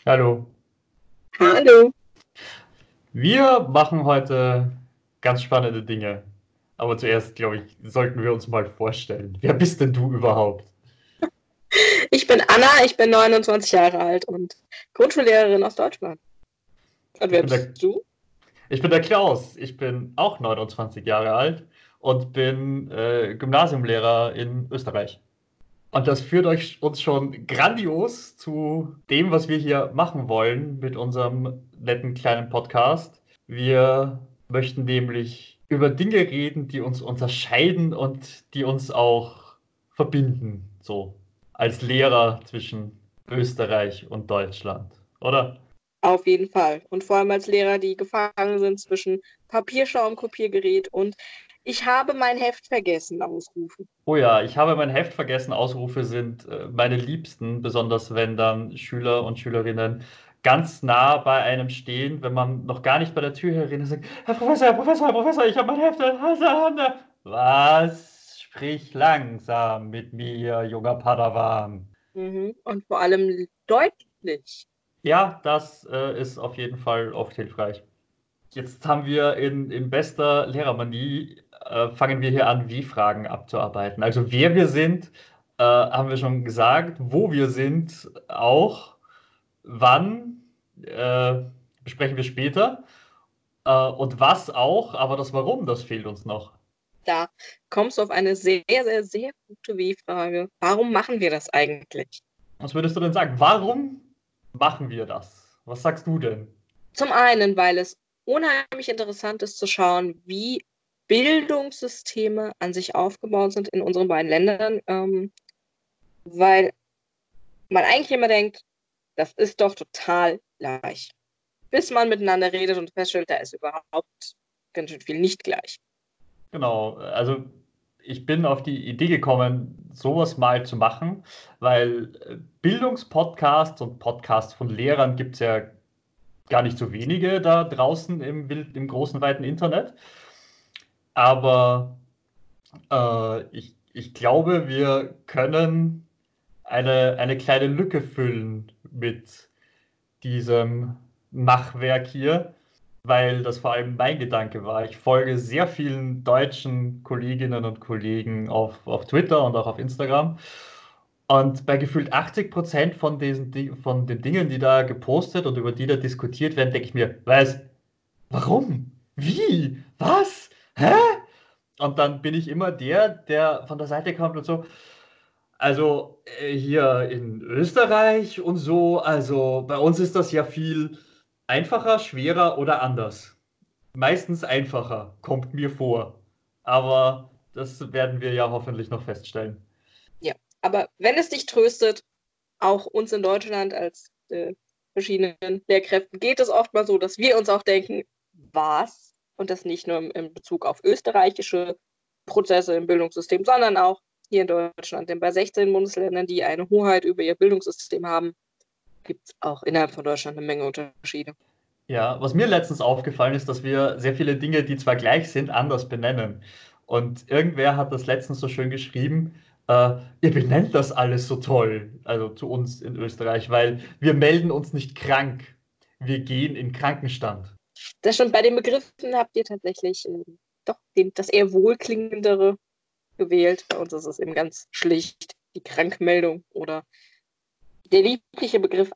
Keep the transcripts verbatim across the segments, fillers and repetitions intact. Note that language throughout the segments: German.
Hallo. Hallo. Wir machen heute ganz spannende Dinge. Aber zuerst, glaube ich, sollten wir uns mal vorstellen. Wer bist denn du überhaupt? Ich bin Anna, ich bin neunundzwanzig Jahre alt und Grundschullehrerin aus Deutschland. Und Ich wer bin der, bist du? ich bin der Klaus. Ich bin auch neunundzwanzig Jahre alt und bin äh, Gymnasiumlehrer in Österreich. Und das führt euch uns schon grandios zu dem, was wir hier machen wollen mit unserem netten kleinen Podcast. Wir möchten nämlich über Dinge reden, die uns unterscheiden und die uns auch verbinden, so als Lehrer zwischen Österreich und Deutschland, oder? Auf jeden Fall. Und vor allem als Lehrer, die gefangen sind zwischen Papierschaum, Kopiergerät und ich habe mein Heft vergessen, ausrufen. Oh ja, ich habe mein Heft vergessen. Ausrufe sind äh, meine Liebsten, besonders wenn dann Schüler und Schülerinnen ganz nah bei einem stehen, wenn man noch gar nicht bei der Tür herein ist, sagt, Herr Professor, Herr Professor, Herr Professor, ich habe mein Heft. in der Hand. Was? Sprich langsam mit mir, junger Padawan. Mhm. Und vor allem deutlich. Ja, das äh, ist auf jeden Fall oft hilfreich. Jetzt haben wir in, in bester Lehrermanie, äh, fangen wir hier an, W-Fragen abzuarbeiten. Also wer wir sind, äh, haben wir schon gesagt, wo wir sind auch, wann, äh, besprechen wir später, äh, und was auch, aber das Warum, das fehlt uns noch. Da kommst du auf eine sehr, sehr, sehr gute W-Frage. Warum machen wir das eigentlich? Was würdest du denn sagen? Warum machen wir das? Was sagst du denn? Zum einen, weil es unheimlich interessant ist zu schauen, wie Bildungssysteme an sich aufgebaut sind in unseren beiden Ländern, ähm, weil man eigentlich immer denkt, das ist doch total gleich. Bis man miteinander redet und feststellt, da ist überhaupt ganz schön viel nicht gleich. Genau, also ich bin auf die Idee gekommen, sowas mal zu machen, weil äh, Bildungspodcasts und Podcasts von Lehrern gibt es ja gar nicht so wenige da draußen im, Wild- im großen, weiten Internet. Aber äh, ich, ich glaube, wir können eine, eine kleine Lücke füllen mit diesem Machwerk hier, weil das vor allem mein Gedanke war. Ich folge sehr vielen deutschen Kolleginnen und Kollegen auf, auf Twitter und auch auf Instagram. Und bei gefühlt achtzig Prozent von diesen, Di- von den Dingen, die da gepostet und über die da diskutiert werden, denke ich mir, was? Warum? Wie? Was? Hä? Und dann bin ich immer der, der von der Seite kommt und so, also äh, hier in Österreich und so, also bei uns ist das ja viel einfacher, schwerer oder anders. Meistens einfacher, kommt mir vor. Aber das werden wir ja hoffentlich noch feststellen. Ja, aber wenn es dich tröstet, auch uns in Deutschland als äh, verschiedenen Lehrkräften geht es oft mal so, dass wir uns auch denken, was? Und das nicht nur im, in Bezug auf österreichische Prozesse im Bildungssystem, sondern auch hier in Deutschland. Denn bei sechzehn Bundesländern, die eine Hoheit über ihr Bildungssystem haben, gibt es auch innerhalb von Deutschland eine Menge Unterschiede. Ja, was mir letztens aufgefallen ist, dass wir sehr viele Dinge, die zwar gleich sind, anders benennen. Und irgendwer hat das letztens so schön geschrieben, äh, ihr benennt das alles so toll, also zu uns in Österreich, weil wir melden uns nicht krank. Wir gehen in Krankenstand. Das schon bei den Begriffen habt ihr tatsächlich äh, doch den, das eher wohlklingendere gewählt. Bei uns ist es eben ganz schlicht die Krankmeldung oder der liebliche Begriff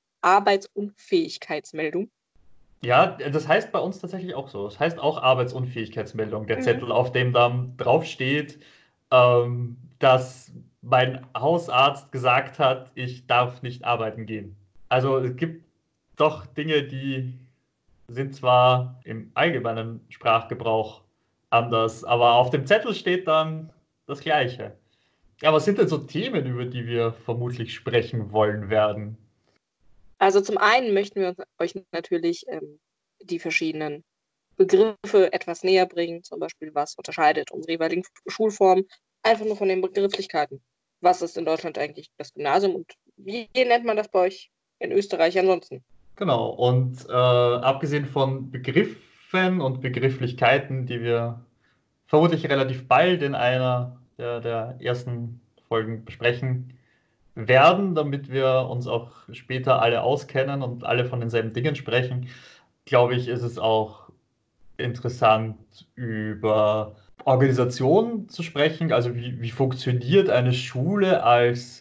Arbeitsunfähigkeitsmeldung. Ja, das heißt bei uns tatsächlich auch so. Das heißt auch Arbeitsunfähigkeitsmeldung, der Mhm. Zettel, auf dem dann draufsteht, ähm, dass mein Hausarzt gesagt hat, ich darf nicht arbeiten gehen. Also es gibt doch Dinge, die sind zwar im allgemeinen Sprachgebrauch anders, aber auf dem Zettel steht dann das Gleiche. Ja, was sind denn so Themen, über die wir vermutlich sprechen wollen werden? Also zum einen möchten wir uns, euch natürlich ähm, die verschiedenen Begriffe etwas näher bringen, zum Beispiel was unterscheidet unsere jeweiligen Schulformen, einfach nur von den Begrifflichkeiten. Was ist in Deutschland eigentlich das Gymnasium und wie nennt man das bei euch in Österreich ansonsten? Genau, und äh, abgesehen von Begriffen und Begrifflichkeiten, die wir vermutlich relativ bald in einer der, der ersten Folgen besprechen werden, damit wir uns auch später alle auskennen und alle von denselben Dingen sprechen, glaube ich, ist es auch interessant, über Organisation zu sprechen. Also wie, wie funktioniert eine Schule als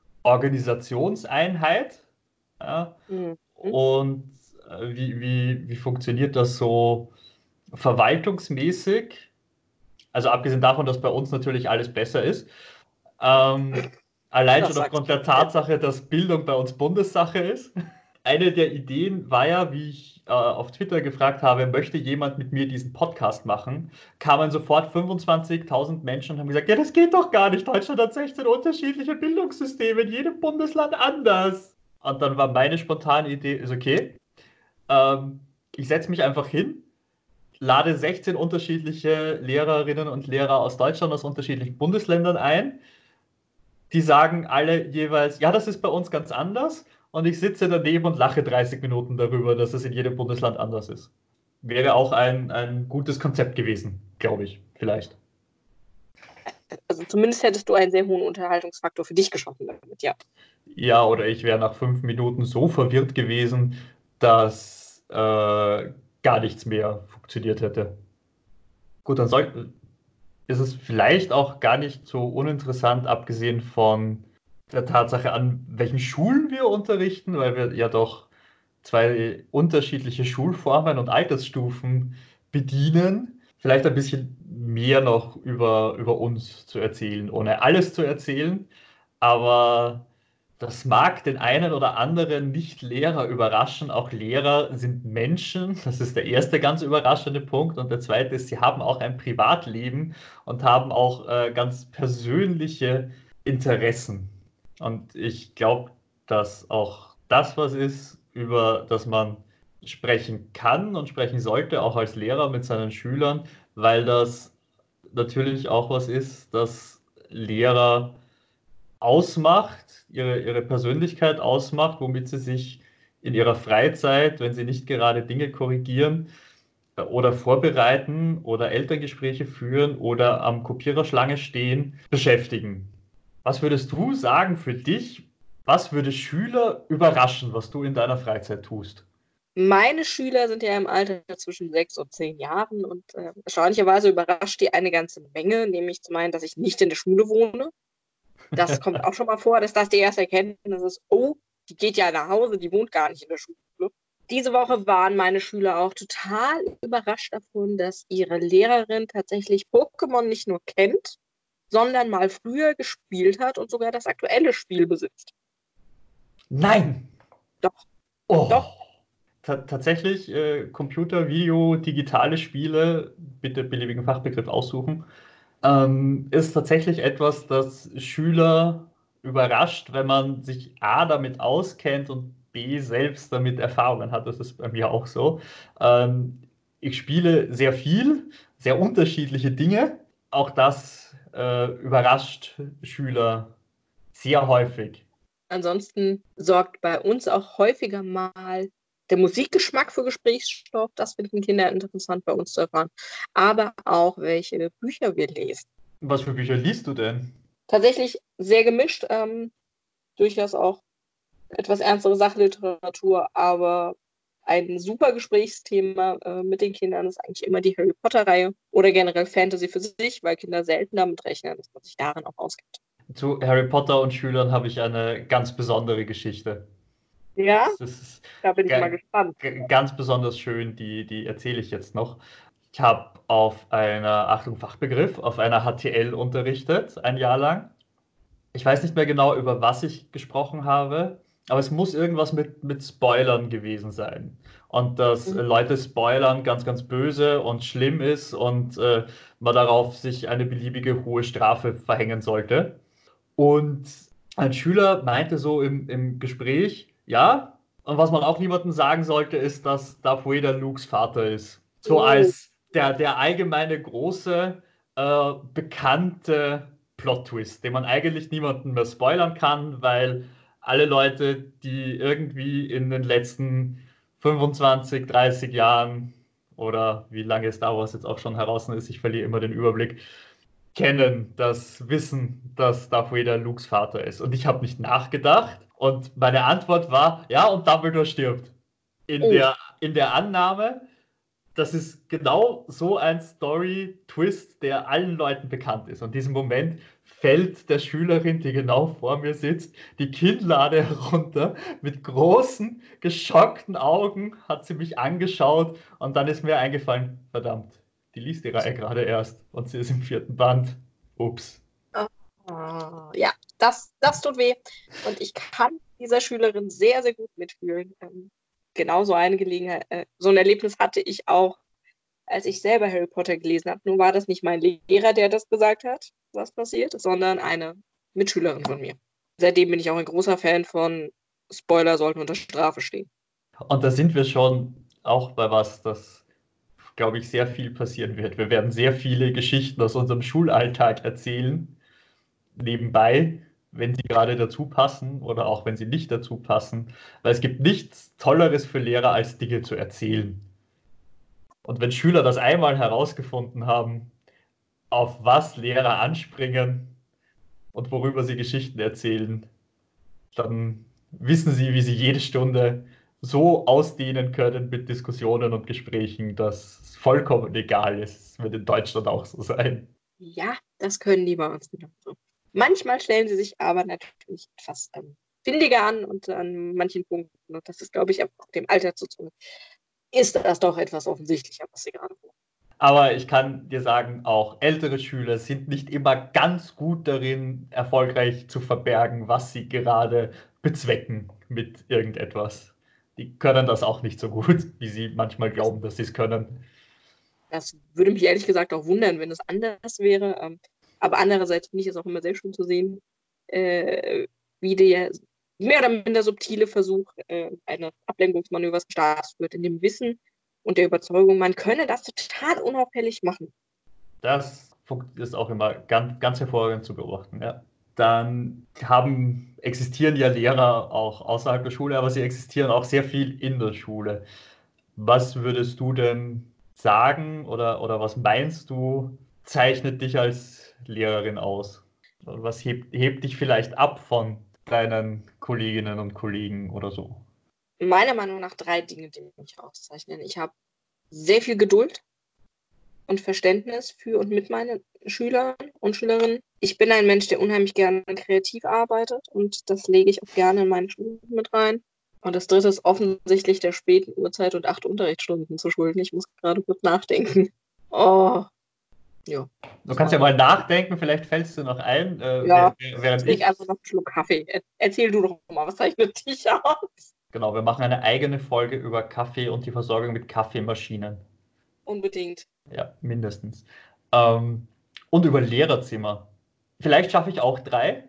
Organisationseinheit? Ja? Mhm. Und äh, wie, wie, wie funktioniert das so verwaltungsmäßig? Also abgesehen davon, dass bei uns natürlich alles besser ist. Ähm, Allein Das schon sagst aufgrund du der jetzt. Tatsache, dass Bildung bei uns Bundessache ist. Eine der Ideen war ja, wie ich äh, auf Twitter gefragt habe, möchte jemand mit mir diesen Podcast machen, kamen sofort fünfundzwanzigtausend Menschen und haben gesagt, ja, das geht doch gar nicht. Deutschland hat sechzehn unterschiedliche Bildungssysteme, in jedem Bundesland anders. Und dann war meine spontane Idee, ist okay, ähm, ich setze mich einfach hin, lade sechzehn unterschiedliche Lehrerinnen und Lehrer aus Deutschland, aus unterschiedlichen Bundesländern ein. Die sagen alle jeweils, ja, das ist bei uns ganz anders. Und ich sitze daneben und lache dreißig Minuten darüber, dass es in jedem Bundesland anders ist. Wäre auch ein, ein gutes Konzept gewesen, glaube ich, vielleicht. Also zumindest hättest du einen sehr hohen Unterhaltungsfaktor für dich geschaffen damit, ja. Ja, oder ich wäre nach fünf Minuten so verwirrt gewesen, dass äh, gar nichts mehr funktioniert hätte. Gut, dann soll, ist es vielleicht auch gar nicht so uninteressant, abgesehen von der Tatsache, an welchen Schulen wir unterrichten, weil wir ja doch zwei unterschiedliche Schulformen und Altersstufen bedienen. Vielleicht ein bisschen mehr noch über, über uns zu erzählen, ohne alles zu erzählen. Aber das mag den einen oder anderen Nicht-Lehrer überraschen. Auch Lehrer sind Menschen. Das ist der erste ganz überraschende Punkt. Und der zweite ist, sie haben auch ein Privatleben und haben auch äh, ganz persönliche Interessen. Und ich glaube, dass auch das was ist, über das man sprechen kann und sprechen sollte, auch als Lehrer mit seinen Schülern, weil das natürlich auch was ist, das Lehrer ausmacht, ihre, ihre Persönlichkeit ausmacht, womit sie sich in ihrer Freizeit, wenn sie nicht gerade Dinge korrigieren äh, oder vorbereiten oder Elterngespräche führen oder am Kopiererschlange stehen, beschäftigen. Was würdest du sagen für dich? Was würde Schüler überraschen, was du in deiner Freizeit tust? Meine Schüler sind ja im Alter zwischen sechs und zehn Jahren und äh, erstaunlicherweise überrascht die eine ganze Menge, nämlich zum einen, dass ich nicht in der Schule wohne. Das kommt auch schon mal vor, dass das die erste Erkenntnis ist, oh, die geht ja nach Hause, die wohnt gar nicht in der Schule. Diese Woche waren meine Schüler auch total überrascht davon, dass ihre Lehrerin tatsächlich Pokémon nicht nur kennt, sondern mal früher gespielt hat und sogar das aktuelle Spiel besitzt. Nein! Doch, Oh! doch. Ta- tatsächlich, äh, Computer, Video, digitale Spiele, bitte beliebigen Fachbegriff aussuchen, ähm, ist tatsächlich etwas, das Schüler überrascht, wenn man sich A damit auskennt und B selbst damit Erfahrungen hat. Das ist bei mir auch so. Ähm, ich spiele sehr viel, sehr unterschiedliche Dinge. Auch das äh, überrascht Schüler sehr häufig. Ansonsten sorgt bei uns auch häufiger mal der Musikgeschmack für Gesprächsstoff. Das finden Kinder interessant bei uns zu erfahren. Aber auch, welche Bücher wir lesen. Was für Bücher liest du denn? Tatsächlich sehr gemischt. Ähm, durchaus auch etwas ernstere Sachliteratur, aber ein super Gesprächsthema äh, mit den Kindern ist eigentlich immer die Harry Potter-Reihe oder generell Fantasy für sich, weil Kinder selten damit rechnen, dass man sich darin auch auskennt. Zu Harry Potter und Schülern habe ich eine ganz besondere Geschichte. Ja, Das ist da bin ich mal ga- gespannt. ga- ganz besonders schön, die, die erzähle ich jetzt noch. Ich habe auf einer, Achtung, Fachbegriff, auf einer H T L unterrichtet, ein Jahr lang. Ich weiß nicht mehr genau, über was ich gesprochen habe, aber es muss irgendwas mit, mit Spoilern gewesen sein. Und dass äh, Mhm. Leute spoilern ganz, ganz böse und schlimm ist und äh, man darauf sich eine beliebige hohe Strafe verhängen sollte. Und ein Schüler meinte so im, im Gespräch, ja, und was man auch niemandem sagen sollte, ist, dass Darth Vader Lukes Vater ist. So Oh. als der, der allgemeine große, äh, bekannte Plot-Twist, den man eigentlich niemandem mehr spoilern kann, weil alle Leute, die irgendwie in den letzten fünfundzwanzig, dreißig Jahren oder wie lange Star Wars jetzt auch schon heraus ist, ich verliere immer den Überblick, kennen das Wissen, dass Darth Vader Lukes Vater ist. Und ich habe nicht nachgedacht. Und meine Antwort war, ja, und Dumbledore stirbt. In Oh. der, in der Annahme, das ist genau so ein Story-Twist, der allen Leuten bekannt ist. Und in diesem Moment fällt der Schülerin, die genau vor mir sitzt, die Kinnlade herunter. Mit großen, geschockten Augen hat sie mich angeschaut und dann ist mir eingefallen, verdammt, die liest die Reihe gerade erst und sie ist im vierten Band. Ups. Ah, ja, das, das tut weh. Und ich kann dieser Schülerin sehr, sehr gut mitfühlen. Ähm, genau so eine Gelegenheit, äh, so ein Erlebnis hatte ich auch, als ich selber Harry Potter gelesen habe. Nur war das nicht mein Lehrer, der das gesagt hat, was passiert, sondern eine Mitschülerin von mir. Seitdem bin ich auch ein großer Fan von Spoiler sollten unter Strafe stehen. Und da sind wir schon auch bei was, das, glaube ich, sehr viel passieren wird. Wir werden sehr viele Geschichten aus unserem Schulalltag erzählen, nebenbei, wenn sie gerade dazu passen oder auch wenn sie nicht dazu passen. Weil es gibt nichts Tolleres für Lehrer, als Dinge zu erzählen. Und wenn Schüler das einmal herausgefunden haben, auf was Lehrer anspringen und worüber sie Geschichten erzählen, dann wissen sie, wie sie jede Stunde so ausdehnen können mit Diskussionen und Gesprächen, dass es vollkommen egal ist. Es wird in Deutschland auch so sein. Ja, das können die bei uns genauso. Manchmal stellen sie sich aber natürlich etwas ähm, findiger an und an manchen Punkten, und das ist, glaube ich, auch dem Alter zuzuordnen, ist das doch etwas offensichtlicher, was sie gerade tun. Aber ich kann dir sagen, auch ältere Schüler sind nicht immer ganz gut darin, erfolgreich zu verbergen, was sie gerade bezwecken mit irgendetwas. Die können das auch nicht so gut, wie sie manchmal glauben, dass sie es können. Das würde mich ehrlich gesagt auch wundern, wenn es anders wäre. Ähm, aber andererseits finde ich es auch immer sehr schön zu sehen, äh, wie der mehr oder minder subtile Versuch äh, eines Ablenkungsmanövers gestartet wird, in dem Wissen und der Überzeugung, man könne das total unauffällig machen. Das ist auch immer ganz, ganz hervorragend zu beobachten. Ja. Dann haben, existieren ja Lehrer auch außerhalb der Schule, aber sie existieren auch sehr viel in der Schule. Was würdest du denn sagen oder, oder was meinst du, zeichnet dich als Lehrerin aus? Was hebt, hebt dich vielleicht ab von deinen Kolleginnen und Kollegen oder so? Meiner Meinung nach drei Dinge, die mich auszeichnen. Ich habe sehr viel Geduld und Verständnis für und mit meinen Schülern und Schülerinnen. Ich bin ein Mensch, der unheimlich gerne kreativ arbeitet und das lege ich auch gerne in meine Stunden mit rein. Und das dritte ist offensichtlich der späten Uhrzeit und acht Unterrichtsstunden zu schulden. Ich muss gerade kurz nachdenken. Oh, ja. Du kannst ja mal nachdenken, vielleicht fällst du noch ein, äh, Ja, während ich ich. einfach noch einen Schluck Kaffee. Er erzähl du doch mal, was zeichnet dich aus? Genau, wir machen eine eigene Folge über Kaffee und die Versorgung mit Kaffeemaschinen. Unbedingt. Ja, mindestens. Ähm, und über Lehrerzimmer. Vielleicht schaffe ich auch drei.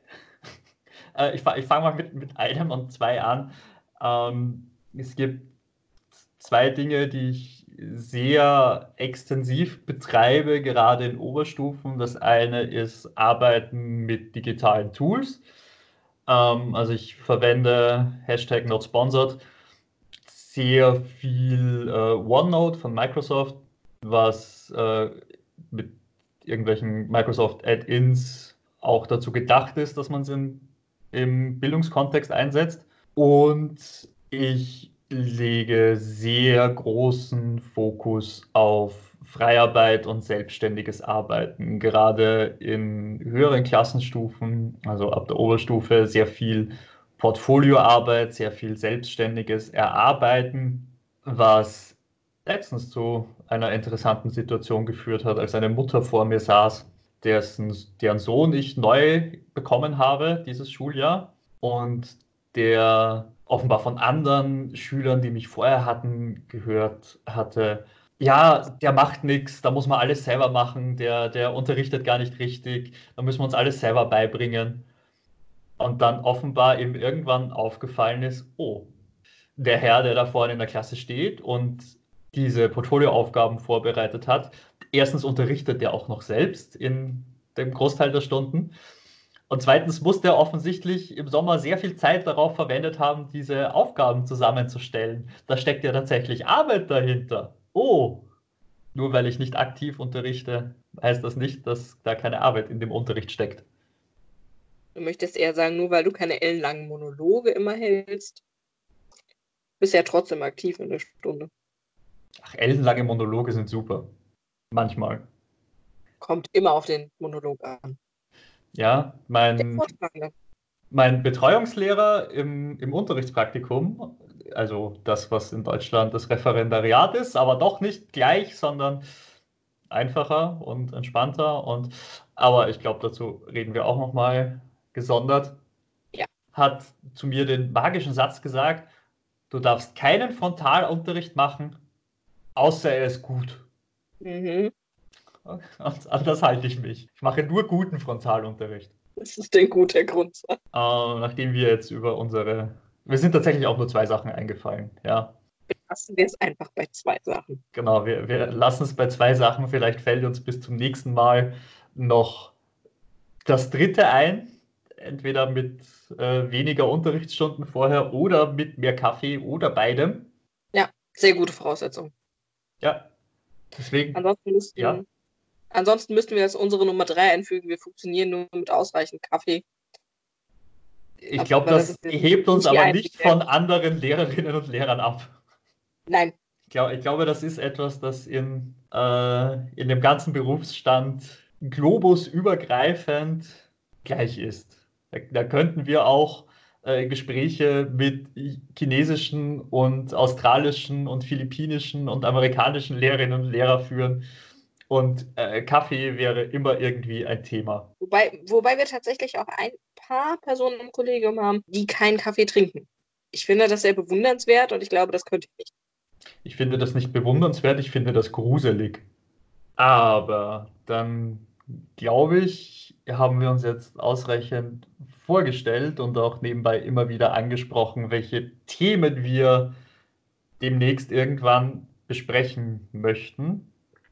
äh, ich ich fange mal mit, mit einem und zwei an. Ähm, es gibt zwei Dinge, die ich sehr extensiv betreibe, gerade in Oberstufen. Das eine ist Arbeiten mit digitalen Tools. Ähm, also ich verwende Hashtag not sponsored sehr viel äh, OneNote von Microsoft, was äh, mit irgendwelchen Microsoft Add-ins auch dazu gedacht ist, dass man es im Bildungskontext einsetzt. Und ich lege sehr großen Fokus auf Freiarbeit und selbstständiges Arbeiten, gerade in höheren Klassenstufen, also ab der Oberstufe, sehr viel Portfolioarbeit, sehr viel selbstständiges Erarbeiten, was letztens zu einer interessanten Situation geführt hat, als eine Mutter vor mir saß, dessen, deren Sohn ich neu bekommen habe dieses Schuljahr und der offenbar von anderen Schülern, die mich vorher hatten, gehört hatte, ja, der macht nichts, da muss man alles selber machen, der, der unterrichtet gar nicht richtig, da müssen wir uns alles selber beibringen. Und dann offenbar ihm irgendwann aufgefallen ist, oh, der Herr, der da vorne in der Klasse steht und diese Portfolioaufgaben vorbereitet hat, erstens unterrichtet er auch noch selbst in dem Großteil der Stunden. Und zweitens muss der offensichtlich im Sommer sehr viel Zeit darauf verwendet haben, diese Aufgaben zusammenzustellen. Da steckt ja tatsächlich Arbeit dahinter. Oh, Nur weil ich nicht aktiv unterrichte, heißt das nicht, dass da keine Arbeit in dem Unterricht steckt. Du möchtest eher sagen, nur weil du keine ellenlangen Monologe immer hältst, bist ja trotzdem aktiv in der Stunde. Ach, ellenlange Monologe sind super. Manchmal. Kommt immer auf den Monolog an. Ja, mein, Vortragende. mein Betreuungslehrer im, im Unterrichtspraktikum, also das, was in Deutschland das Referendariat ist, aber doch nicht gleich, sondern einfacher und entspannter. Und, aber ich glaube, dazu reden wir auch nochmal gesondert. Ja. Hat zu mir den magischen Satz gesagt, du darfst keinen Frontalunterricht machen, außer er ist gut. Mhm. Und an das halte ich mich. Ich mache nur guten Frontalunterricht. Das ist ein guter Grundsatz. Äh, nachdem wir jetzt über unsere... Wir sind tatsächlich auch nur zwei Sachen eingefallen, ja. Lassen wir es einfach bei zwei Sachen. Genau, wir, wir lassen es bei zwei Sachen. Vielleicht fällt uns bis zum nächsten Mal noch das dritte ein. Entweder mit äh, weniger Unterrichtsstunden vorher oder mit mehr Kaffee oder beidem. Ja, sehr gute Voraussetzung. Ja, deswegen, Ansonsten müssten, ja. ansonsten müssten wir jetzt unsere Nummer drei einfügen. Wir funktionieren nur mit ausreichend Kaffee. Ich Aber glaube, das das ist jetzt hebt uns nicht die aber einzige nicht von anderen Lehrerinnen und Lehrern ab. Nein, Ich, glaub, ich glaube, das ist etwas, das in, äh, in dem ganzen Berufsstand globusübergreifend gleich ist. Da, da könnten wir auch äh, Gespräche mit chinesischen und australischen und philippinischen und amerikanischen Lehrerinnen und Lehrern führen. Und äh, Kaffee wäre immer irgendwie ein Thema. wobei, wobei wir tatsächlich auch ein paar Personen im Kollegium haben, die keinen Kaffee trinken. Ich finde das sehr bewundernswert und ich glaube, das könnte ich nicht. Ich finde das nicht bewundernswert, ich finde das gruselig. Aber dann glaube ich, haben wir uns jetzt ausreichend vorgestellt und auch nebenbei immer wieder angesprochen, welche Themen wir demnächst irgendwann besprechen möchten.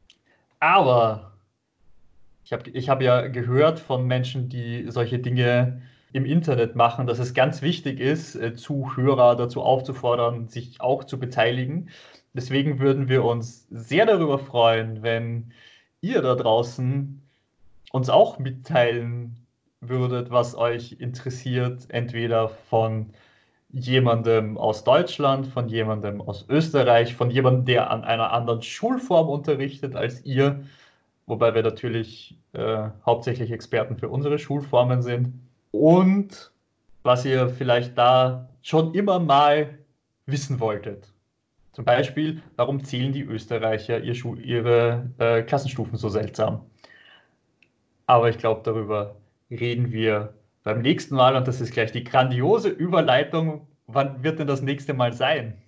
Aber ich habe ich hab ja gehört von Menschen, die solche Dinge im Internet machen, dass es ganz wichtig ist, äh, Zuhörer dazu aufzufordern, sich auch zu beteiligen. Deswegen würden wir uns sehr darüber freuen, wenn ihr da draußen uns auch mitteilen würdet, was euch interessiert, entweder von jemandem aus Deutschland, von jemandem aus Österreich, von jemandem, der an einer anderen Schulform unterrichtet als ihr, wobei wir natürlich äh, hauptsächlich Experten für unsere Schulformen sind. Und was ihr vielleicht da schon immer mal wissen wolltet. Zum Beispiel, warum zählen die Österreicher ihr Schu ihre äh, Klassenstufen so seltsam? Aber ich glaube, darüber reden wir beim nächsten Mal und das ist gleich die grandiose Überleitung. Wann wird denn das nächste Mal sein?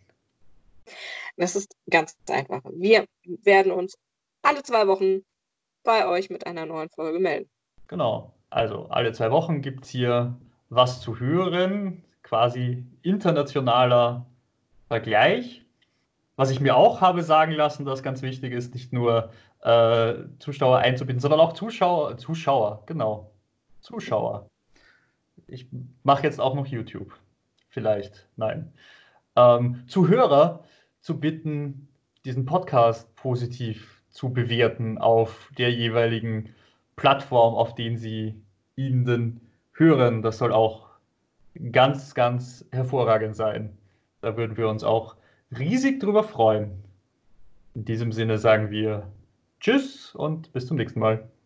Das ist ganz einfach. Wir werden uns alle zwei Wochen bei euch mit einer neuen Folge melden. Genau, also alle zwei Wochen gibt es hier was zu hören, quasi internationaler Vergleich. Was ich mir auch habe sagen lassen, das ganz wichtig ist, nicht nur äh, Zuschauer einzubinden, sondern auch Zuschauer, Zuschauer, genau, Zuschauer. Ich mache jetzt auch noch YouTube. Vielleicht, nein. Ähm, Zuhörer zu bitten, diesen Podcast positiv zu bewerten auf der jeweiligen Plattform, auf denen sie ihn hören. Das soll auch ganz, ganz hervorragend sein. Da würden wir uns auch riesig drüber freuen. In diesem Sinne sagen wir Tschüss und bis zum nächsten Mal.